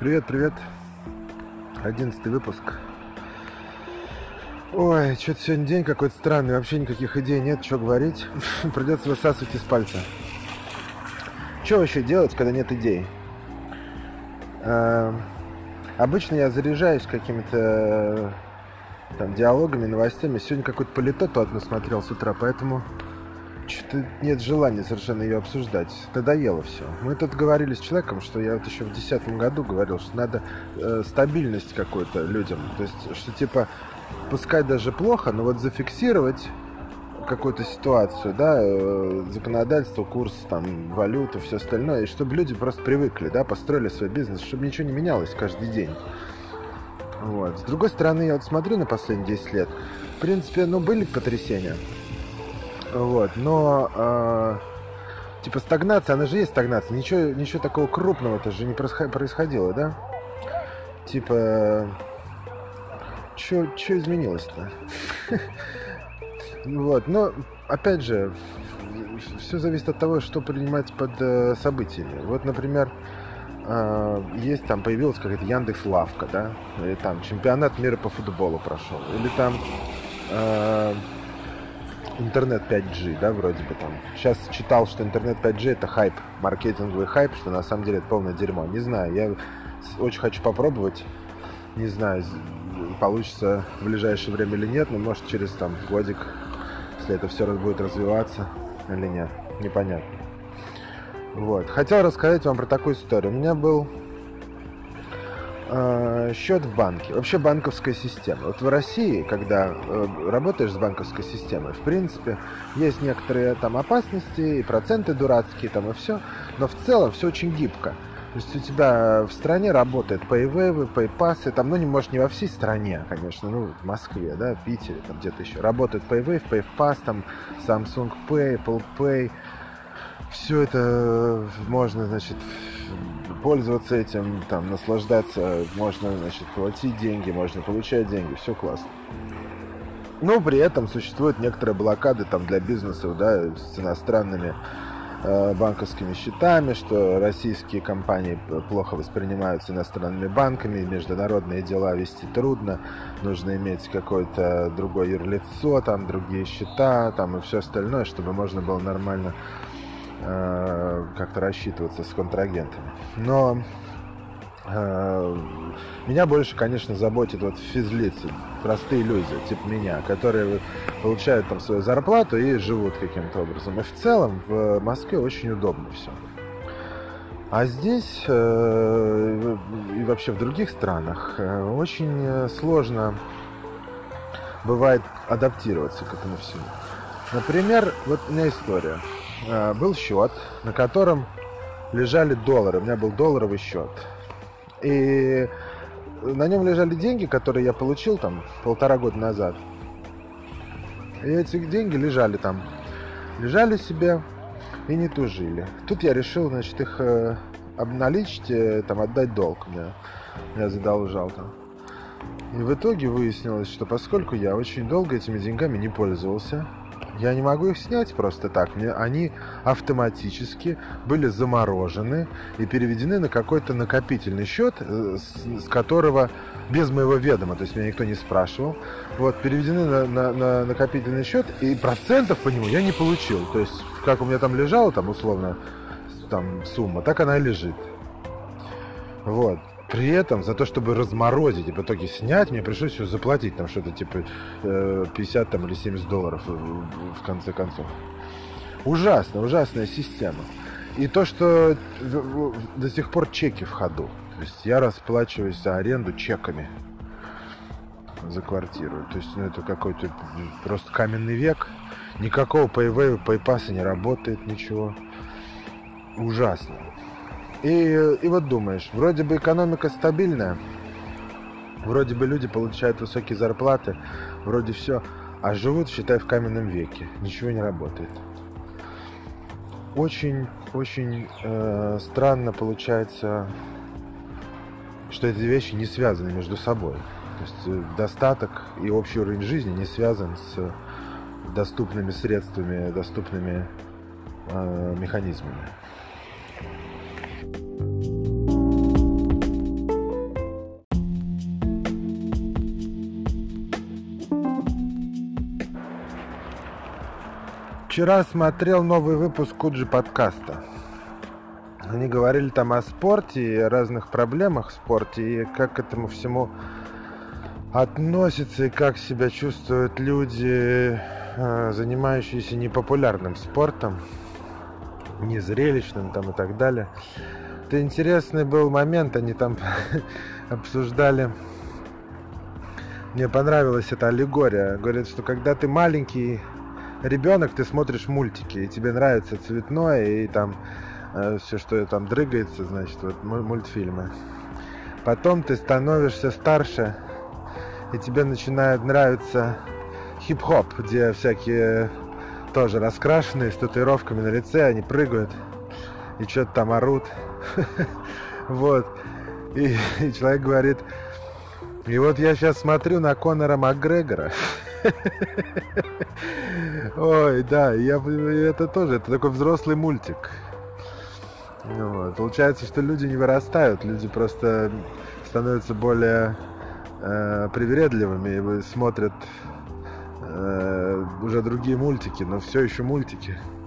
Привет, привет. 11 выпуск. Ой, что-то сегодня день какой-то странный, вообще никаких идей нет, что говорить. Придется высасывать из пальца. Что вообще делать, когда нет идей? Обычно я заряжаюсь какими-то там диалогами, новостями. Сегодня какой-то политоту насмотрел с утра, поэтому что-то нет желания совершенно ее обсуждать. Надоело все. Мы тут говорили с человеком, что я вот еще в 2010 году говорил, что надо стабильность какую-то людям. То есть, что типа, пускай даже плохо, но вот зафиксировать какую-то ситуацию, да, законодательство, курс, там, валюту, все остальное, и чтобы люди просто привыкли, да, построили свой бизнес, чтобы ничего не менялось каждый день. Вот. С другой стороны, я вот смотрю на последние 10 лет, в принципе, ну, были потрясения. Вот, но типа стагнация, она же есть стагнация. Ничего такого крупного-то же не происходило, да? Типа, что изменилось-то? Вот, но опять же, все зависит от того, что принимать под событиями. Вот, например, есть там, появилась какая-то Яндекс.Лавка, да? Или там чемпионат мира по футболу прошел. Или там интернет 5G, да, вроде бы там. Сейчас читал, что интернет 5G это хайп, маркетинговый хайп, что на самом деле это полное дерьмо. Не знаю, я очень хочу попробовать. Не знаю, получится в ближайшее время или нет, но может через там годик, если это все будет развиваться или нет, непонятно. Вот. Хотел рассказать вам про такую историю. У меня был счет в банке, вообще банковская система. Вот в России, когда работаешь с банковской системой, в принципе, есть некоторые там опасности и проценты дурацкие там и все, но в целом все очень гибко. То есть у тебя в стране работает PayWave, PayPass, там, ну, может, не во всей стране, конечно, ну, в Москве, да, в Питере, там где-то еще. Работает PayWave, PayPass, там, Samsung Pay, Apple Pay. Все это можно, значит, пользоваться этим, там, наслаждаться, можно, значит, платить деньги, можно получать деньги, все классно. Но при этом существуют некоторые блокады там для бизнеса, да, с иностранными банковскими счетами, что российские компании плохо воспринимаются иностранными банками, международные дела вести трудно, нужно иметь какое-то другое юрлицо, там другие счета, там и все остальное, чтобы можно было нормально как-то рассчитываться с контрагентами. Но меня больше, конечно, заботит вот физлицы, простые люди, типа меня, которые получают там свою зарплату и живут каким-то образом. И в целом в Москве очень удобно все. А здесь и вообще в других странах очень сложно бывает адаптироваться к этому всему. Например, вот у меня история. Был счет, на котором лежали доллары. У меня был долларовый счет. И на нем лежали деньги, которые я получил там 1,5 года назад. И эти деньги лежали там. Лежали себе и не тужили. Тут я решил, значит, их обналичить, там, отдать долг мне. Я задолжал там. И в итоге выяснилось, что поскольку я очень долго этими деньгами не пользовался, я не могу их снять просто так. Они автоматически были заморожены и переведены на какой-то накопительный счет, с которого без моего ведома, то есть меня никто не спрашивал, вот, переведены на накопительный счет, и процентов по нему я не получил. То есть, как у меня там лежала, там, условно, там, сумма, так она и лежит. Вот. При этом за то, чтобы разморозить и в итоге снять, мне пришлось еще заплатить там что-то типа 50 там, или 70 долларов в конце концов. Ужасная система. И то, что до сих пор чеки в ходу. То есть я расплачиваюсь за аренду чеками за квартиру. То есть ну, это какой-то просто каменный век. Никакого PayWave, PayPass не работает, ничего. Ужасно. И вот думаешь, вроде бы экономика стабильная, вроде бы люди получают высокие зарплаты, вроде все, а живут, считай, в каменном веке, ничего не работает. Очень странно получается, что эти вещи не связаны между собой. То есть достаток и общий уровень жизни не связан с доступными средствами, доступными механизмами. Вчера смотрел новый выпуск Куджи подкаста. Они говорили там о спорте и о разных проблемах в спорте, и как к этому всему относятся, и как себя чувствуют люди, занимающиеся непопулярным спортом, незрелищным там и так далее. Это интересный был момент, они там обсуждали. Мне понравилась эта аллегория. Говорят, что когда ты маленький ребенок, ты смотришь мультики, и тебе нравится цветное, и там все, что там дрыгается, значит, вот мультфильмы. Потом ты становишься старше, и тебе начинает нравиться хип-хоп, где всякие тоже раскрашенные, с татуировками на лице, они прыгают и что-то там орут. Вот. И человек говорит: и вот я сейчас смотрю на Конора Макгрегора. Ой, да, это тоже, это такой взрослый мультик. Вот. Получается, что люди не вырастают, люди просто становятся более привередливыми и смотрят уже другие мультики, но все еще мультики.